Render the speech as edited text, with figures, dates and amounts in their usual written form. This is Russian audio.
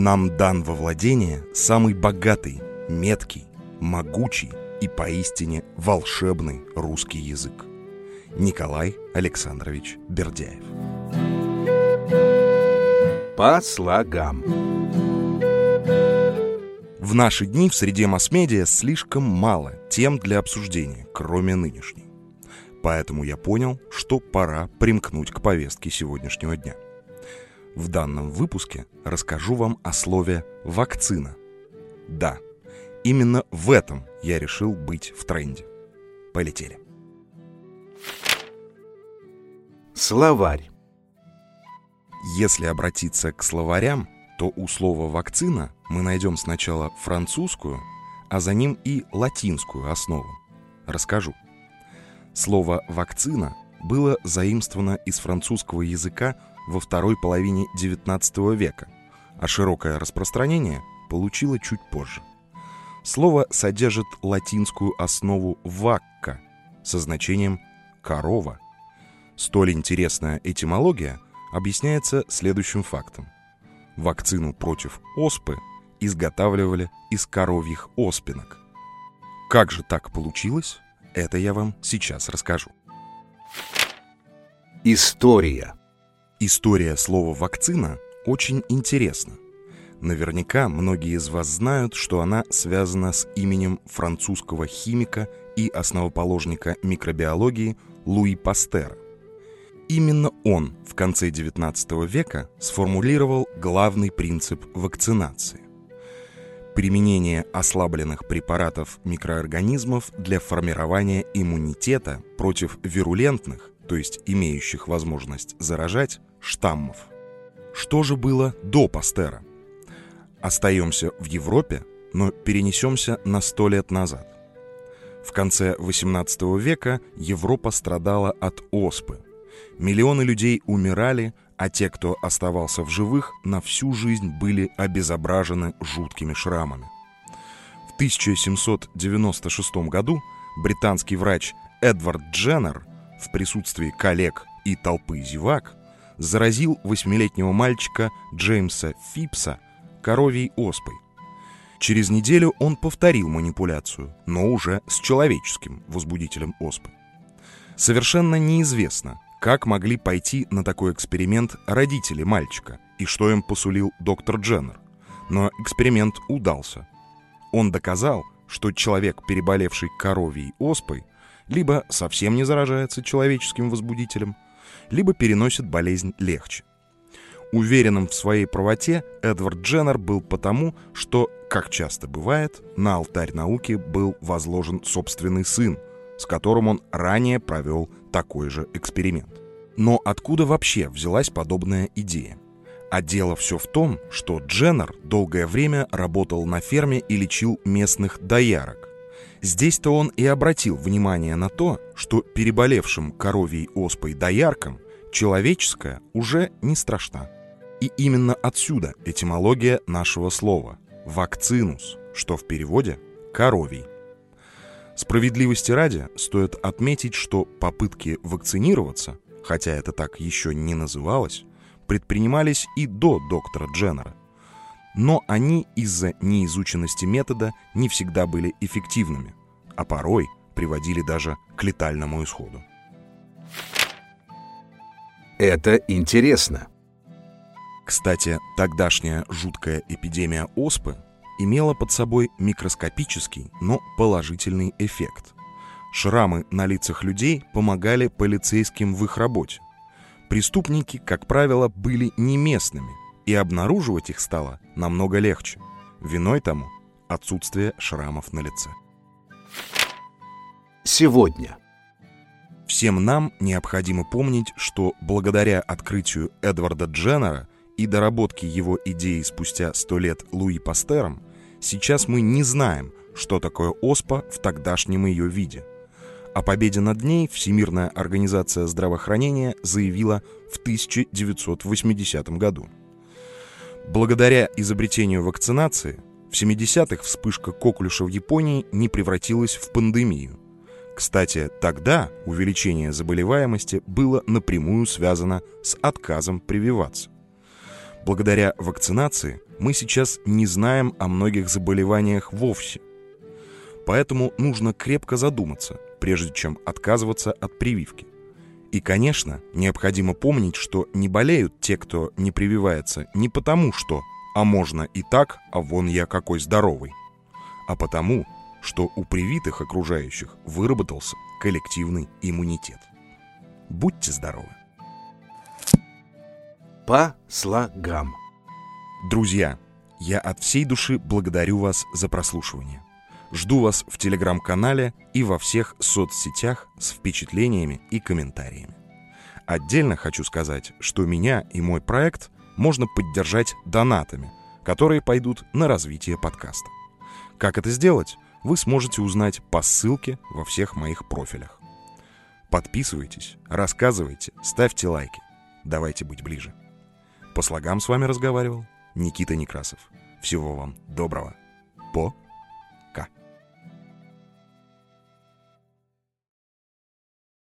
Нам дан во владение самый богатый, меткий, могучий и поистине волшебный русский язык. Николай Александрович Бердяев. По слогам. В наши дни в среде масс-медиа слишком мало тем для обсуждения, кроме нынешней. Поэтому я понял, что пора примкнуть к повестке сегодняшнего дня. В данном выпуске расскажу вам о слове «вакцина». Да, именно в этом я решил быть в тренде. Полетели. Словарь. Если обратиться к словарям, то у слова «вакцина» мы найдем сначала французскую, а за ним и латинскую основу. Расскажу. Слово «вакцина» было заимствовано из французского языка во второй половине XIX века, а широкое распространение получило чуть позже. Слово содержит латинскую основу «вакка» со значением «корова». Столь интересная этимология объясняется следующим фактом. Вакцину против оспы изготавливали из коровьих оспинок. Как же так получилось, это я вам сейчас расскажу. История. История слова «вакцина» очень интересна. Наверняка многие из вас знают, что она связана с именем французского химика и основоположника микробиологии Луи Пастера. Именно он в конце XIX века сформулировал главный принцип вакцинации. Применение ослабленных препаратов микроорганизмов для формирования иммунитета против вирулентных, то есть имеющих возможность заражать, штаммов. Что же было до Пастера? Остаемся в Европе, но перенесемся на 100 лет назад. В конце XVIII века Европа страдала от оспы. Миллионы людей умирали, а те, кто оставался в живых, на всю жизнь были обезображены жуткими шрамами. В 1796 году британский врач Эдвард Дженнер в присутствии коллег и толпы зевак заразил 8-летнего мальчика Джеймса Фипса коровьей оспой. Через неделю он повторил манипуляцию, но уже с человеческим возбудителем оспы. Совершенно неизвестно, как могли пойти на такой эксперимент родители мальчика и что им посулил доктор Дженнер. Но эксперимент удался. Он доказал, что человек, переболевший коровьей оспой, либо совсем не заражается человеческим возбудителем, либо переносит болезнь легче. Уверенным в своей правоте Эдвард Дженнер был потому, что, как часто бывает, на алтарь науки был возложен собственный сын, с которым он ранее провел такой же эксперимент. Но откуда вообще взялась подобная идея? А дело все в том, что Дженнер долгое время работал на ферме и лечил местных доярок. Здесь-то он и обратил внимание на то, что переболевшим коровьей оспой дояркам человеческая уже не страшна. И именно отсюда этимология нашего слова «вакцинус», что в переводе «коровий». Справедливости ради стоит отметить, что попытки вакцинироваться, хотя это так еще не называлось, предпринимались и до доктора Дженнера. Но они из-за неизученности метода не всегда были эффективными, а порой приводили даже к летальному исходу. Это интересно. Кстати, тогдашняя жуткая эпидемия оспы имела под собой микроскопический, но положительный эффект. Шрамы на лицах людей помогали полицейским в их работе. Преступники, как правило, были не местными, и обнаруживать их стало намного легче. Виной тому отсутствие шрамов на лице. Сегодня. Всем нам необходимо помнить, что благодаря открытию Эдварда Дженнера и доработке его идеи спустя 100 лет Луи Пастером, сейчас мы не знаем, что такое оспа в тогдашнем ее виде. О победе над ней Всемирная организация здравоохранения заявила в 1980 году. Благодаря изобретению вакцинации в 70-х вспышка коклюша в Японии не превратилась в пандемию. Кстати, тогда увеличение заболеваемости было напрямую связано с отказом прививаться. Благодаря вакцинации мы сейчас не знаем о многих заболеваниях вовсе. Поэтому нужно крепко задуматься, прежде чем отказываться от прививки. И, конечно, необходимо помнить, что не болеют те, кто не прививается, не потому что «а можно и так, а вон я какой здоровый», а потому, что у привитых окружающих выработался коллективный иммунитет. Будьте здоровы! По слогам. Друзья, я от всей души благодарю вас за прослушивание. Жду вас в телеграм-канале и во всех соцсетях с впечатлениями и комментариями. Отдельно хочу сказать, что меня и мой проект можно поддержать донатами, которые пойдут на развитие подкаста. Как это сделать, вы сможете узнать по ссылке во всех моих профилях. Подписывайтесь, рассказывайте, ставьте лайки. Давайте быть ближе. По слогам с вами разговаривал Никита Некрасов. Всего вам доброго. Пока.